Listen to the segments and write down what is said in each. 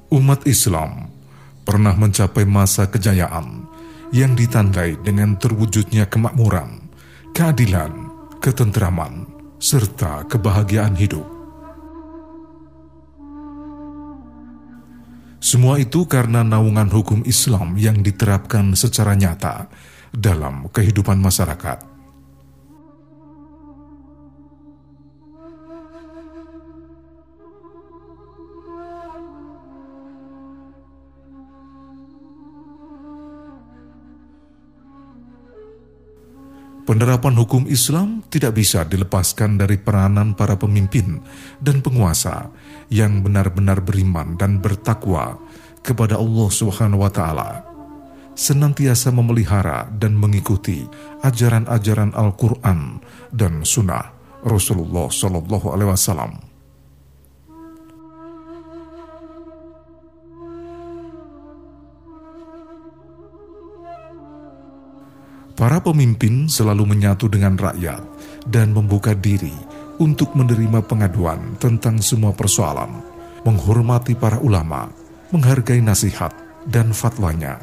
Umat Islam pernah mencapai masa kejayaan yang ditandai dengan terwujudnya kemakmuran, keadilan, ketentraman, serta kebahagiaan hidup. Semua itu karena naungan hukum Islam yang diterapkan secara nyata dalam kehidupan masyarakat. Penerapan hukum Islam tidak bisa dilepaskan dari peranan para pemimpin dan penguasa yang benar-benar beriman dan bertakwa kepada Allah Subhanahu wa Ta'ala, senantiasa memelihara dan mengikuti ajaran-ajaran Al-Quran dan Sunnah Rasulullah Sallallahu Alaihi Wasallam. Para pemimpin selalu menyatu dengan rakyat dan membuka diri untuk menerima pengaduan tentang semua persoalan, menghormati para ulama, menghargai nasihat dan fatwanya.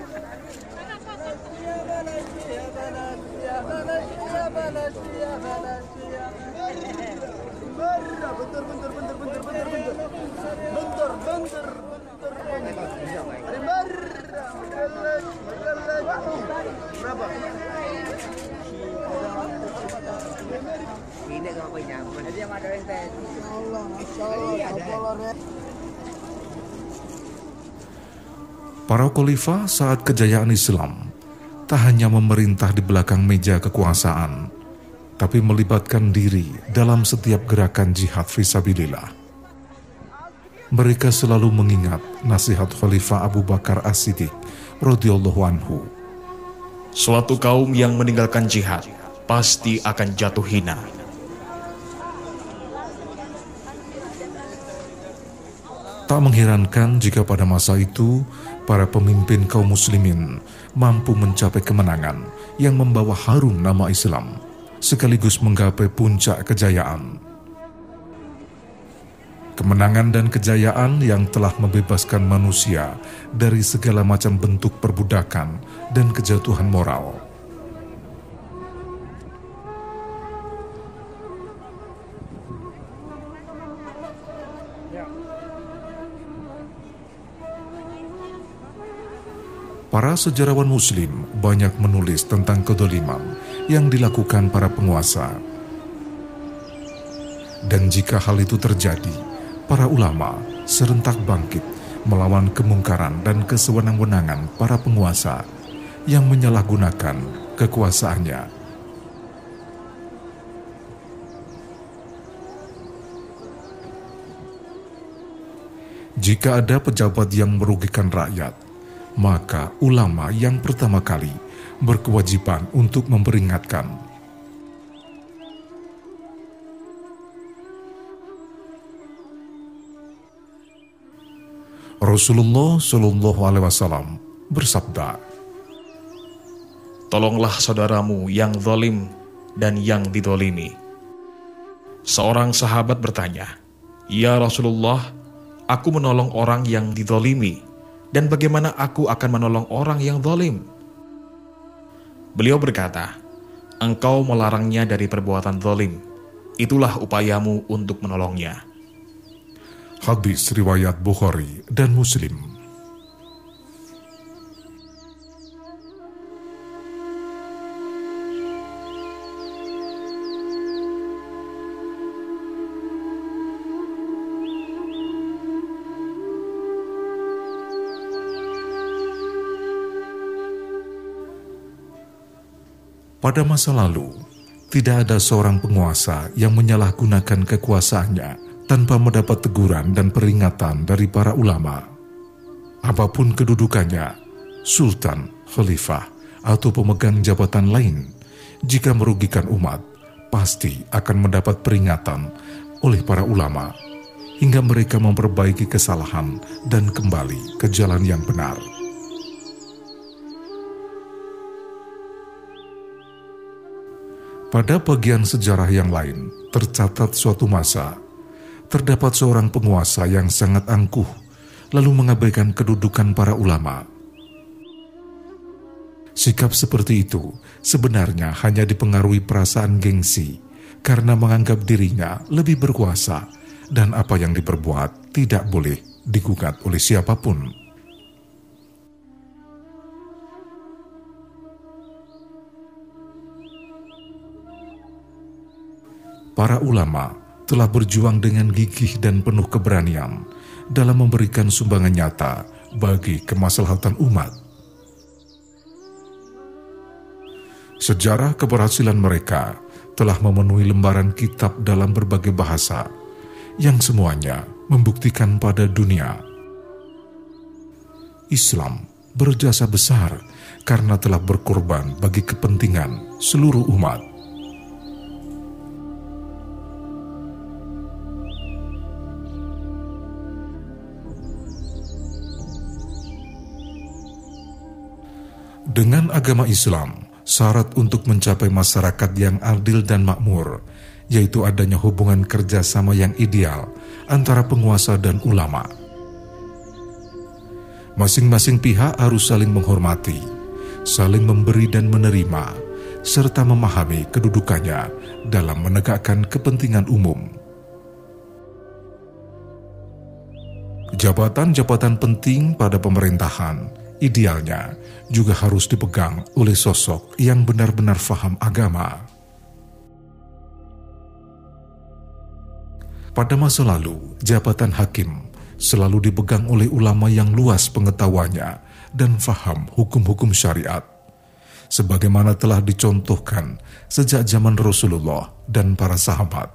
Para khalifah saat kejayaan Islam tak hanya memerintah di belakang meja kekuasaan, tapi melibatkan diri dalam setiap gerakan jihad fisabilillah. Mereka selalu mengingat nasihat Khalifah Abu Bakar As-Siddiq radhiyallahu anhu. Suatu kaum yang meninggalkan jihad pasti akan jatuh hina. Tak mengherankan jika pada masa itu para pemimpin kaum muslimin mampu mencapai kemenangan yang membawa harum nama Islam, sekaligus menggapai puncak kejayaan. Kemenangan dan kejayaan yang telah membebaskan manusia dari segala macam bentuk perbudakan dan kejatuhan moral. Para sejarawan muslim banyak menulis tentang kedoliman yang dilakukan para penguasa. Dan jika hal itu terjadi, para ulama serentak bangkit melawan kemungkaran dan kesewenang-wenangan para penguasa yang menyalahgunakan kekuasaannya. Jika ada pejabat yang merugikan rakyat, maka ulama yang pertama kali berkewajiban untuk memperingatkan. Rasulullah Shallallahu Alaihi Wasallam bersabda, "Tolonglah saudaramu yang zalim dan yang didolimi." Seorang sahabat bertanya, "Ya Rasulullah, aku menolong orang yang didolimi, dan bagaimana aku akan menolong orang yang zalim?" Beliau berkata, "Engkau melarangnya dari perbuatan zalim. Itulah upayamu untuk menolongnya." Hadis riwayat Bukhari dan Muslim. Pada masa lalu, tidak ada seorang penguasa yang menyalahgunakan kekuasaannya tanpa mendapat teguran dan peringatan dari para ulama. Apapun kedudukannya, sultan, khalifah, atau pemegang jabatan lain, jika merugikan umat, pasti akan mendapat peringatan oleh para ulama, hingga mereka memperbaiki kesalahan dan kembali ke jalan yang benar. Pada bagian sejarah yang lain, tercatat suatu masa, terdapat seorang penguasa yang sangat angkuh, lalu mengabaikan kedudukan para ulama. Sikap seperti itu sebenarnya hanya dipengaruhi perasaan gengsi karena menganggap dirinya lebih berkuasa dan apa yang diperbuat tidak boleh digugat oleh siapapun. Para ulama telah berjuang dengan gigih dan penuh keberanian dalam memberikan sumbangan nyata bagi kemaslahatan umat. Sejarah keberhasilan mereka telah memenuhi lembaran kitab dalam berbagai bahasa, yang semuanya membuktikan pada dunia Islam berjasa besar karena telah berkorban bagi kepentingan seluruh umat. Dengan agama Islam, syarat untuk mencapai masyarakat yang adil dan makmur, yaitu adanya hubungan kerjasama yang ideal antara penguasa dan ulama. Masing-masing pihak harus saling menghormati, saling memberi dan menerima, serta memahami kedudukannya dalam menegakkan kepentingan umum. Jabatan-jabatan penting pada pemerintahan idealnya juga harus dipegang oleh sosok yang benar-benar faham agama. Pada masa lalu, jabatan hakim selalu dipegang oleh ulama yang luas pengetahuannya dan faham hukum-hukum syariat, sebagaimana telah dicontohkan sejak zaman Rasulullah dan para sahabat.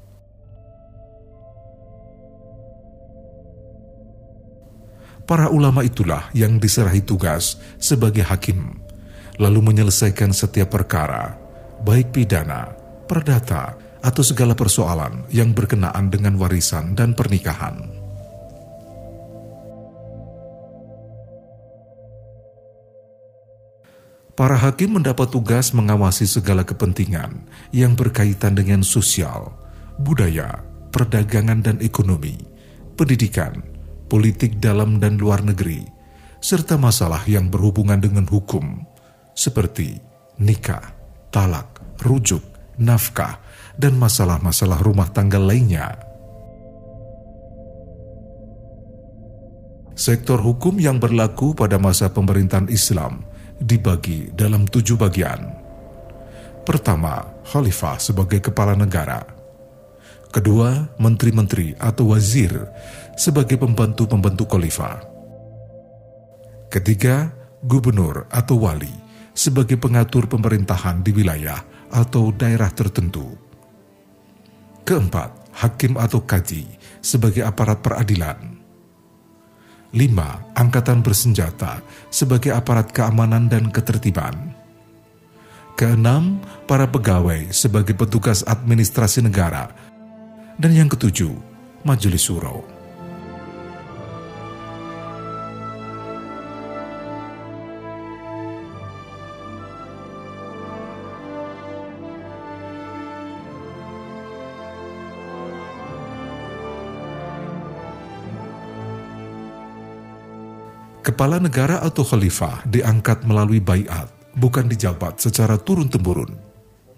Para ulama itulah yang diserahi tugas sebagai hakim, lalu menyelesaikan setiap perkara, baik pidana, perdata, atau segala persoalan yang berkenaan dengan warisan dan pernikahan. Para hakim mendapat tugas mengawasi segala kepentingan yang berkaitan dengan sosial, budaya, perdagangan dan ekonomi, pendidikan, politik dalam dan luar negeri, serta masalah yang berhubungan dengan hukum, seperti nikah, talak, rujuk, nafkah, dan masalah-masalah rumah tangga lainnya. Sektor hukum yang berlaku pada masa pemerintahan Islam dibagi dalam 7 bagian. Pertama, khalifah sebagai kepala negara. Kedua, menteri-menteri atau wazir sebagai pembantu-pembantu khalifah. Ketiga, gubernur atau wali sebagai pengatur pemerintahan di wilayah atau daerah tertentu. Keempat, hakim atau kaji sebagai aparat peradilan. 5. Angkatan bersenjata sebagai aparat keamanan dan ketertiban. Keenam, para pegawai sebagai petugas administrasi negara. Dan yang ketujuh, Majelis Syuro. Kepala negara atau khalifah diangkat melalui baiat, bukan dijabat secara turun-temurun.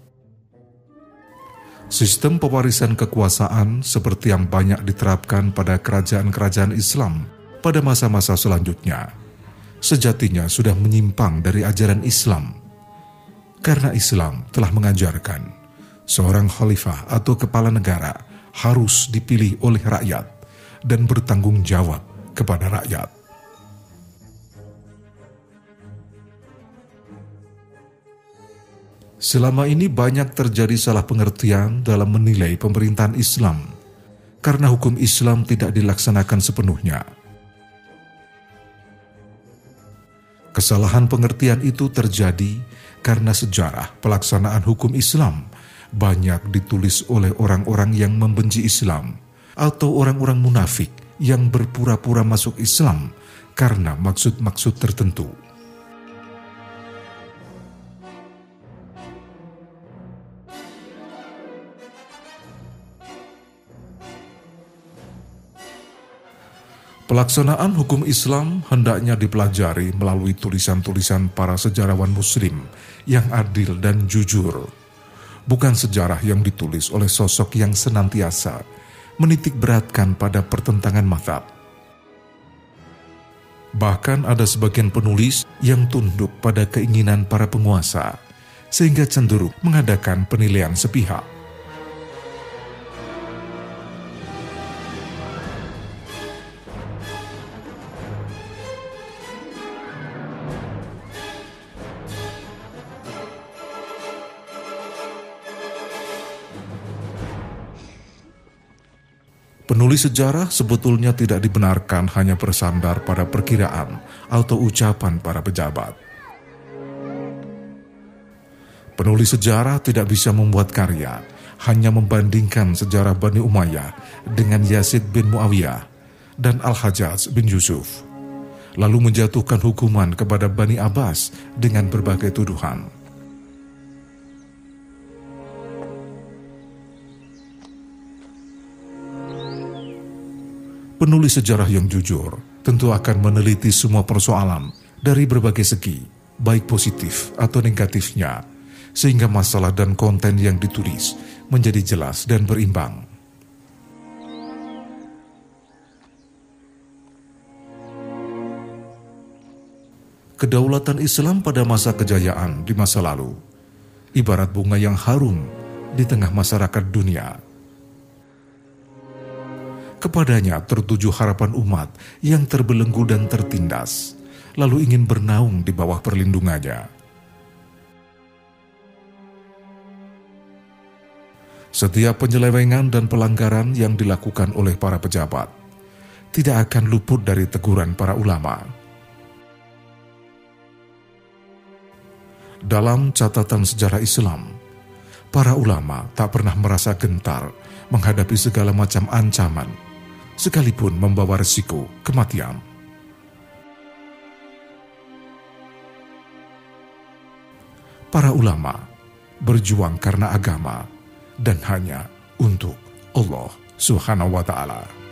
Sistem pewarisan kekuasaan seperti yang banyak diterapkan pada kerajaan-kerajaan Islam pada masa-masa selanjutnya, sejatinya sudah menyimpang dari ajaran Islam. Karena Islam telah mengajarkan, seorang khalifah atau kepala negara harus dipilih oleh rakyat dan bertanggung jawab kepada rakyat. Selama ini banyak terjadi salah pengertian dalam menilai pemerintahan Islam, karena hukum Islam tidak dilaksanakan sepenuhnya. Kesalahan pengertian itu terjadi karena sejarah pelaksanaan hukum Islam banyak ditulis oleh orang-orang yang membenci Islam atau orang-orang munafik yang berpura-pura masuk Islam karena maksud-maksud tertentu. Pelaksanaan hukum Islam hendaknya dipelajari melalui tulisan-tulisan para sejarawan Muslim yang adil dan jujur, bukan sejarah yang ditulis oleh sosok yang senantiasa menitik beratkan pada pertentangan mazhab. Bahkan ada sebagian penulis yang tunduk pada keinginan para penguasa, sehingga cenderung mengadakan penilaian sepihak. Penulis sejarah sebetulnya tidak dibenarkan hanya bersandar pada perkiraan atau ucapan para pejabat. Penulis sejarah tidak bisa membuat karya hanya membandingkan sejarah Bani Umayyah dengan Yazid bin Muawiyah dan Al-Hajjaj bin Yusuf, lalu menjatuhkan hukuman kepada Bani Abbas dengan berbagai tuduhan. Penulis sejarah yang jujur tentu akan meneliti semua persoalan dari berbagai segi, baik positif atau negatifnya, sehingga masalah dan konten yang ditulis menjadi jelas dan berimbang. Kedaulatan Islam pada masa kejayaan di masa lalu, ibarat bunga yang harum di tengah masyarakat dunia. Kepadanya tertuju harapan umat yang terbelenggu dan tertindas, lalu ingin bernaung di bawah perlindungannya. Setiap penyelewengan dan pelanggaran yang dilakukan oleh para pejabat tidak akan luput dari teguran para ulama. Dalam catatan sejarah Islam, para ulama tak pernah merasa gentar menghadapi segala macam ancaman, sekalipun membawa risiko kematian. Para ulama berjuang karena agama dan hanya untuk Allah Subhanahu wa Ta'ala.